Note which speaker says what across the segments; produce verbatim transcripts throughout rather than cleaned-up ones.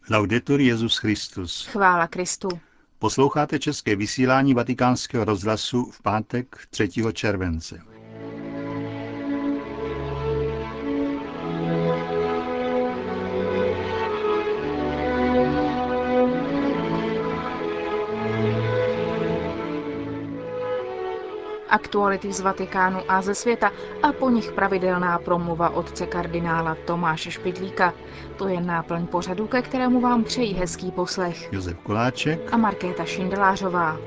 Speaker 1: Laudetur Jesus Christus.
Speaker 2: Chvála Kristu.
Speaker 1: Posloucháte české vysílání Vatikánského rozhlasu v pátek třetího července.
Speaker 2: Aktuality z Vatikánu a ze světa a po nich pravidelná promluva otce kardinála Tomáše Špidlíka. To je náplň pořadu, ke kterému vám přejí hezký poslech
Speaker 1: Josef Koláček
Speaker 2: a Markéta Šindelářová.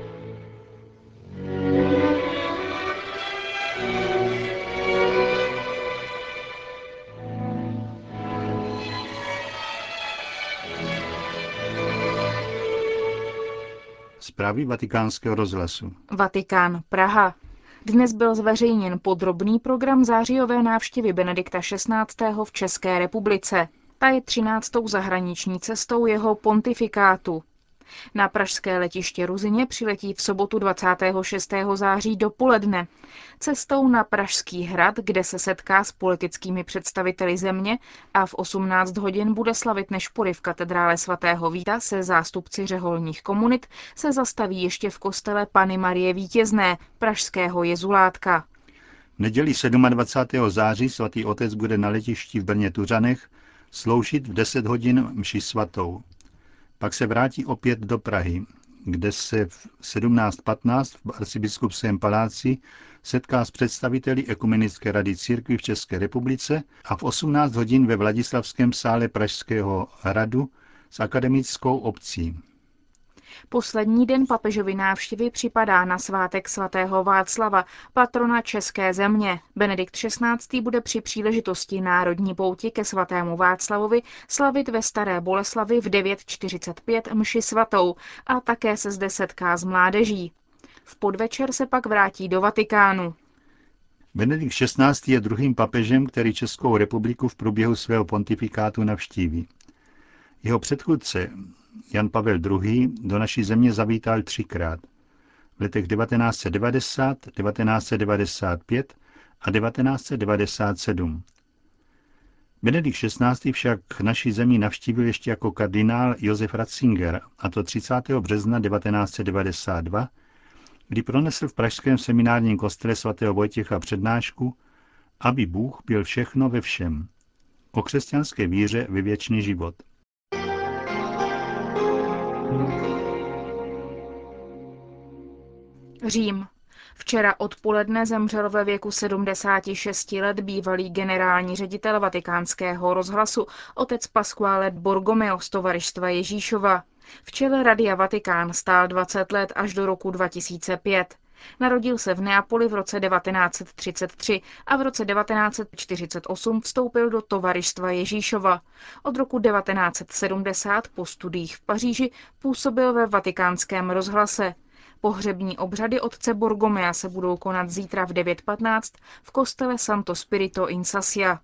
Speaker 1: Zprávy Vatikánského rozhlasu.
Speaker 2: Vatikán, Praha. Dnes byl zveřejněn podrobný program zářijové návštěvy Benedikta šestnáctého. v České republice. Ta je třináctou zahraniční cestou jeho pontifikátu. Na pražské letiště Ruzyně přiletí v sobotu dvacátého šestého září dopoledne. Cestou na Pražský hrad, kde se setká s politickými představiteli země a v osmnáct hodin bude slavit nešpory v katedrále svatého Víta se zástupci řeholních komunit, se zastaví ještě v kostele Panny Marie Vítězné, pražského jezulátka.
Speaker 1: V neděli dvacátého sedmého září svatý otec bude na letišti v Brně Tuřanech sloužit v deset hodin mši svatou. Pak se vrátí opět do Prahy, kde se v sedmnáct patnáct v arcibiskupském paláci setká s představiteli Ekumenické rady církví v České republice a v osmnáct hodin ve Vladislavském sále Pražského hradu s akademickou obcí.
Speaker 2: Poslední den papežovy návštěvy připadá na svátek svatého Václava, patrona české země. Benedikt šestnáctý. bude při příležitosti národní pouti ke svatému Václavovi slavit ve Staré Boleslavi v devět čtyřicet pět mši svatou a také se zde setká s mládeží. V podvečer se pak vrátí do Vatikánu.
Speaker 1: Benedikt šestnáctý. je druhým papežem, který Českou republiku v průběhu svého pontifikátu navštíví. Jeho předchůdce Jan Pavel druhý. do naší země zavítal třikrát. V letech devatenáct set devadesát, devatenáct set devadesát pět a devatenáct set devadesát sedm. Benedikt šestnáctý. však naší zemi navštívil ještě jako kardinál Josef Ratzinger, a to třicátého března devatenáct set devadesát dva, kdy pronesl v pražském seminárním kostele svatého Vojtěcha přednášku Aby Bůh byl všechno ve všem. O křesťanské víře ve věčný život.
Speaker 2: Řím. Včera odpoledne zemřel ve věku sedmdesáti šesti let bývalý generální ředitel Vatikánského rozhlasu otec Pasquale Borromeo z Tovarištva Ježíšova. V čele Radia Vatikán stál dvacet let až do roku dva tisíce pět. Narodil se v Neapoli v roce devatenáct set třicet tři a v roce devatenáct set čtyřicet osm vstoupil do Tovarištva Ježíšova. Od roku devatenáct set sedmdesát po studiích v Paříži působil ve Vatikánském rozhlase. Pohřební obřady otce Borromea se budou konat zítra v devět patnáct v kostele Santo Spirito in Sassia.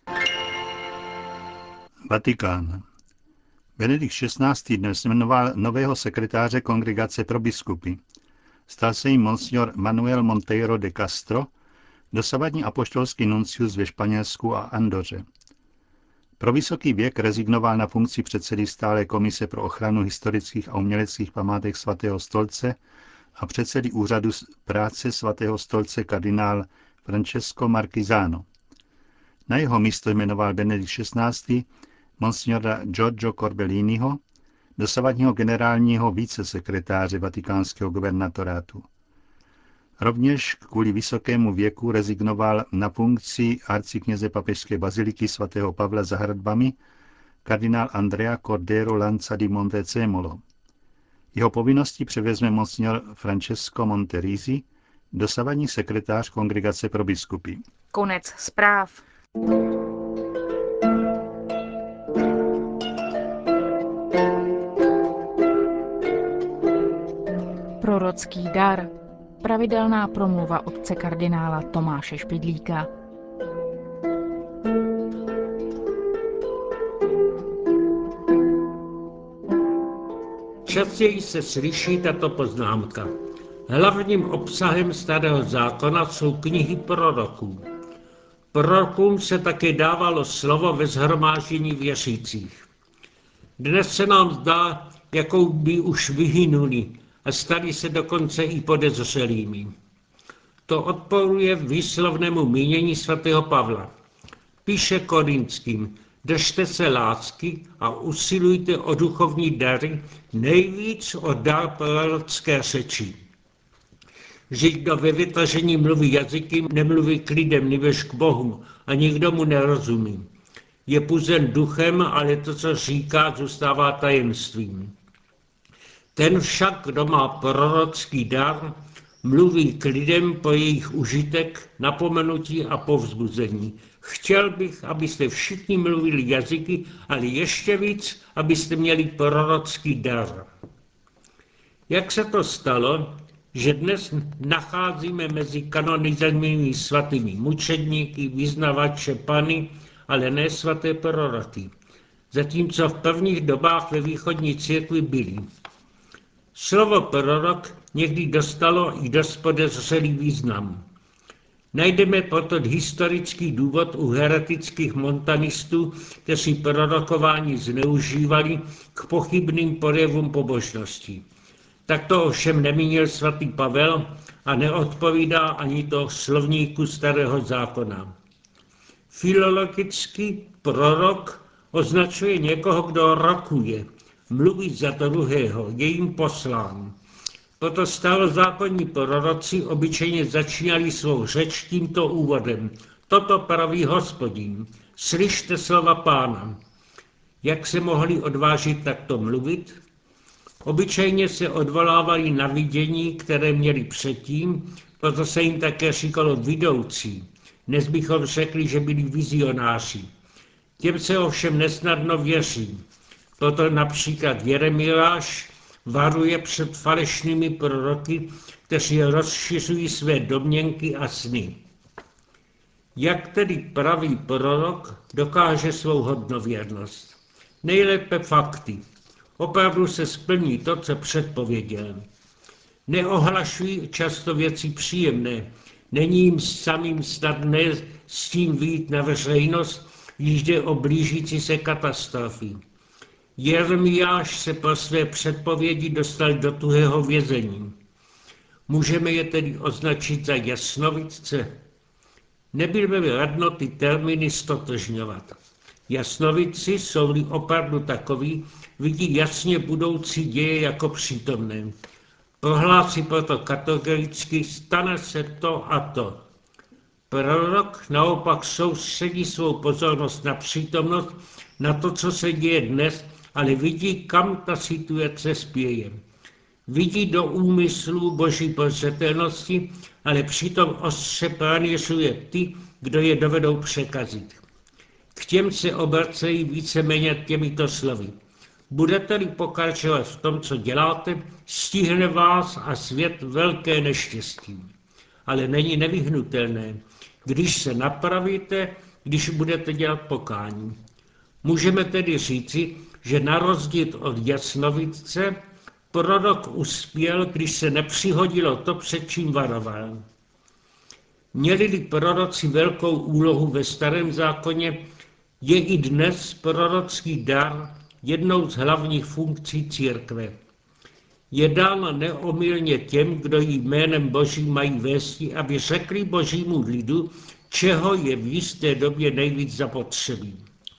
Speaker 1: Vatikán. Benedikt šestnáctý. dnes jmenoval nového sekretáře Kongregace pro biskupy. Stal se jim monsignor Manuel Monteiro de Castro, dosavadní apoštolský nuncius ve Španělsku a Andoře. Pro vysoký věk rezignoval na funkci předsedy stále komise pro ochranu historických a uměleckých památek svatého stolce a předsedy úřadu práce svatého stolce kardinál Francesco Marquisano. Na jeho místo jmenoval Benedikt šestnáctý. monsignora Giorgio Corbelliniho, dosavadního generálního vícesekretáře vatikánského guvernatorátu. Rovněž kvůli vysokému věku rezignoval na funkci arcikněze papežské baziliky svatého Pavla za hradbami kardinál Andrea Cordero Lanza di Montezemolo. Jeho povinnosti převezme monsignor Francesco Monterisi, dosavadní sekretář Kongregace pro biskupy.
Speaker 2: Konec zpráv. Prorocký dar. Pravidelná promluva otce kardinála Tomáše Špidlíka.
Speaker 3: Častěji se slyší tato poznámka. Hlavním obsahem Starého zákona jsou knihy proroků. Prorokům se taky dávalo slovo ve shromáždění věřících. Dnes se nám zdá, jakou by už vyhynuli a stali se dokonce i podezřelými. To odporuje výslovnému mínění svatého Pavla. Píše Korinským, držte se lásky a usilujte o duchovní dary, nejvíc o dar prorocké řeči. Že kdo ve vytažení mluví jazyky, nemluví k lidem, nýbrž k Bohu a nikdo mu nerozumí. Je puzen duchem, ale to, co říká, zůstává tajemstvím. Ten však, kdo má prorocký dar, mluví k lidem po jejich užitek, napomenutí a povzbuzení. Chtěl bych, abyste všichni mluvili jazyky, ale ještě víc, abyste měli prorocký dar. Jak se to stalo, že dnes nacházíme mezi kanonizovanými svatými mučedníky, vyznavače Pany, ale ne svaté proroky, zatímco v prvních dobách ve východní církvi byli. Slovo prorok někdy dostalo i dost podezřelý význam. Najdeme proto historický důvod u heretických montanistů, kteří prorokování zneužívali k pochybným projevům pobožnosti. Tak to ovšem nemínil svatý Pavel a neodpovídá ani to slovníku Starého zákona. Filologicky prorok označuje někoho, kdo rokuje, mluví za druhého, je jim poslán. Proto starozákonní proroci obyčejně začínali svou řeč tímto úvodem. Toto praví Hospodin, slyšte slova Pána. Jak se mohli odvážit takto mluvit? Obyčejně se odvolávali na vidění, které měli předtím, proto se jim také říkalo vidoucí. Dnes bychom řekli, že byli vizionáři. Těm se ovšem nesnadno věří. Proto například Jeremiáš varuje před falešnými proroky, kteří rozšiřují své domněnky a sny. Jak tedy pravý prorok dokáže svou hodnověrnost? Nejlépe fakty. Opravdu se splní to, co předpověděl. Neohlašují často věci příjemné. Není jim samým snadné s tím vyjít na veřejnost, když jde o blížící se katastrofy. Jeremiáš se po své předpovědi dostal do tuhého vězení. Můžeme je tedy označit za jasnovidce? Nebyl radno ty termíny stotožňovat. Jasnovidci jsou-li opravdu takoví, vidí jasně budoucí děje jako přítomné. Prohlásí proto kategoricky, stane se to a to. Prorok naopak soustředí svou pozornost na přítomnost, na to, co se děje dnes, ale vidí, kam ta situace spěje. Vidí do úmyslů boží pozřetelnosti, ale přitom ostře pranířuje ty, kdo je dovedou překazit. K těm se obracejí víceméně těmito slovy. Budete-li pokračovat v tom, co děláte, stihne vás a svět velké neštěstí. Ale není nevyhnutelné, když se napravíte, když budete dělat pokání. Můžeme tedy říci, že na rozdíl od jasnovidce, prorok uspěl, když se nepřihodilo to, před čím varoval. Měli-li proroci velkou úlohu ve Starém zákoně, je i dnes prorocký dar jednou z hlavních funkcí církve. Je dán neomylně těm, kdo jí jménem Božím mají vésti, aby řekli Božímu lidu, čeho je v jisté době nejvíc zapotřebí.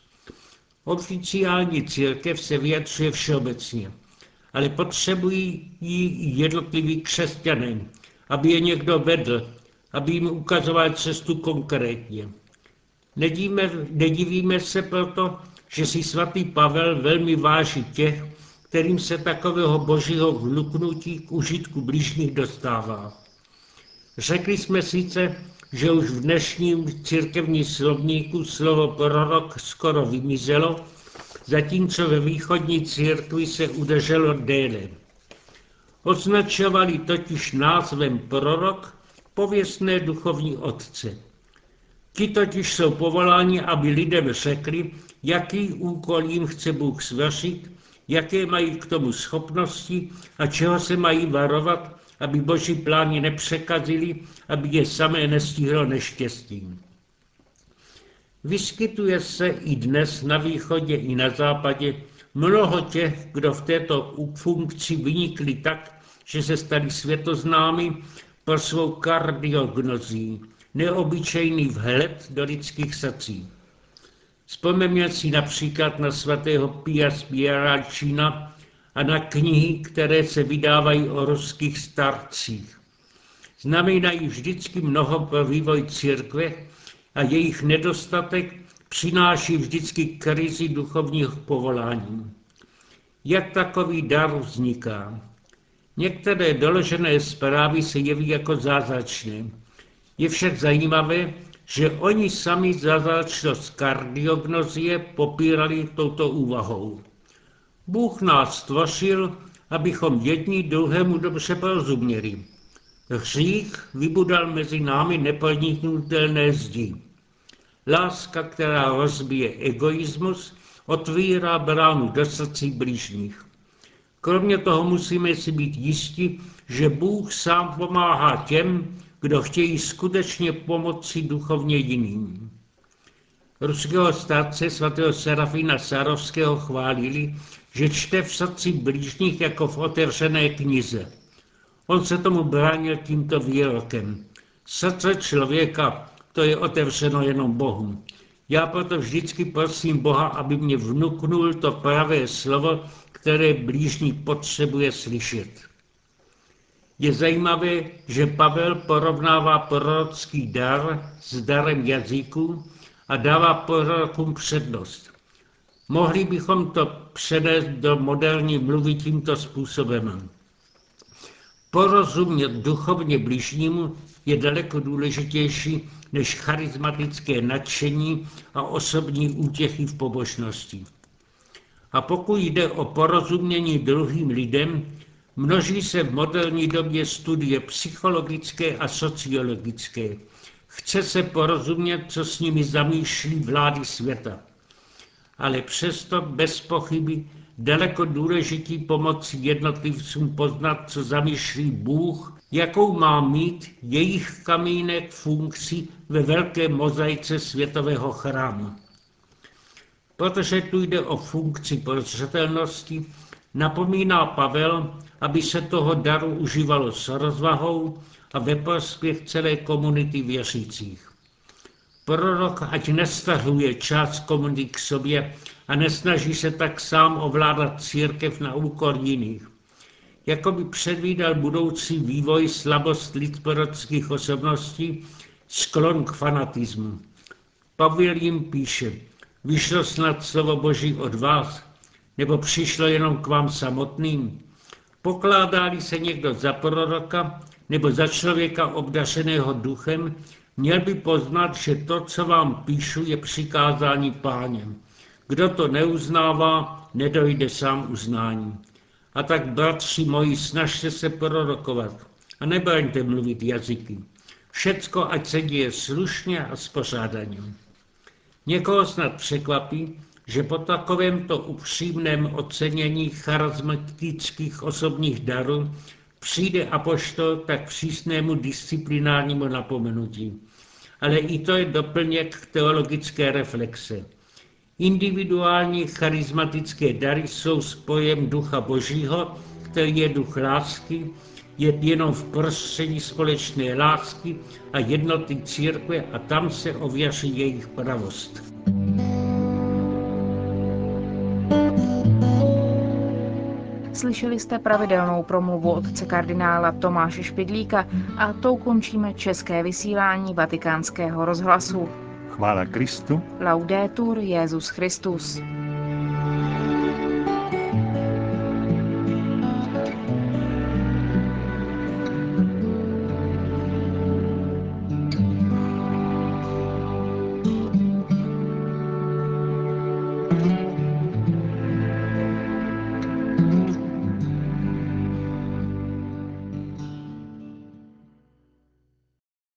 Speaker 3: Oficiální církev se vyjadřuje všeobecně, ale potřebují ji jednotliví křesťané, aby je někdo vedl, aby jim ukazoval cestu konkrétně. Nedíme, nedivíme se proto, že si svatý Pavel velmi váží těch, kterým se takového božího vnuknutí k užitku bližních dostává. Řekli jsme sice, že už v dnešním církevním slovníku slovo prorok skoro vymizelo, zatímco ve východní církvi se udrželo déle. Označovali totiž názvem prorok pověstné duchovní otce. Ti totiž jsou povoláni, aby lidem řekli, jaký úkol jim chce Bůh svěřit, jaké mají k tomu schopnosti a čeho se mají varovat, aby boží plány nepřekazili, aby je samé nestihlo neštěstím. Vyskytuje se i dnes na východě i na západě Mnoho těch, kdo v této funkci vynikli tak, že se stali světoznámi pro svou kardiognozí, neobyčejný vhled do lidských srdcí. Vzpomeňme si například na svatého Pia z Pietrelcina a na knihy, které se vydávají o ruských starcích. Znamenají vždycky mnoho pro vývoj církve a jejich nedostatek přináší vždycky krizi duchovních povolání. Jak takový dar vzniká? Některé doložené zprávy se jeví jako zázračné. Je však zajímavé, že oni sami zázračnost kardiognozie popírali touto úvahou. Bůh nás stvořil, abychom jedni druhému dobře porozuměli. Hřích vybudal mezi námi neproniknutelné zdi. Láska, která rozbije egoismus, otvírá bránu do srdcí blížních. Kromě toho musíme si být jisti, že Bůh sám pomáhá těm, kdo chtějí skutečně pomoci duchovně jiným. Ruského starce svatého Serafina Sarovského chválili, že čte v srdci blížních jako v otevřené knize. On se tomu bránil tímto výrokem. Srdce člověka, to je otevřeno jenom Bohu. Já proto vždycky prosím Boha, aby mě vnuknul to pravé slovo, které blížní potřebuje slyšet. Je zajímavé, že Pavel porovnává prorocký dar s darem jazyků a dává prorokům přednost. Mohli bychom to přenést do moderní mluvy tímto způsobem. Porozumět duchovně bližnímu je daleko důležitější než charismatické nadšení a osobní útěchy v pobožnosti. A pokud jde o porozumění druhým lidem, množí se v moderní době studie psychologické a sociologické. Chce se porozumět, co s nimi zamýšlí vlády světa. Ale přesto bez pochyby daleko důležitý pomoci jednotlivcům poznat, co zamýšlí Bůh, jakou má mít jejich kamínek funkci ve velké mozaice světového chrámu. Protože tu jde o funkci prozřetelnosti, napomíná Pavel, aby se toho daru užívalo s rozvahou a ve prospěch celé komunity věřících. Prorok ať nestahuje část komunity k sobě a nesnaží se tak sám ovládat církev na úkor jiných. Jakoby předvídal budoucí vývoj slabost lidských osobností, sklon k fanatismu. Pavel jim píše, vyšlo snad slovo Boží od vás, nebo přišlo jenom k vám samotným? Pokládá-li se někdo za proroka nebo za člověka obdařeného duchem, měl by poznat, že to, co vám píšu, je přikázání Páněm. Kdo to neuznává, nedojde sám uznání. A tak, bratři moji, snažte se prorokovat a nebraňte mluvit jazyky. Všecko, ať se děje slušně a spořádaně. Někoho snad překvapí, že po takovémto upřímném ocenění charismatických osobních darů přijde apoštol tak přísnému disciplinárnímu napomenutí. Ale i to je doplněk teologické reflexe. Individuální charismatické dary jsou spojem ducha Božího, který je duch lásky, je jenom v prostředí společné lásky a jednoty církve a tam se ověří jejich pravost.
Speaker 2: Slyšeli jste pravidelnou promluvu otce kardinála Tomáše Špidlíka a tou končíme české vysílání Vatikánského rozhlasu.
Speaker 1: Chvála Kristu.
Speaker 2: Laudetur Jesus Christus.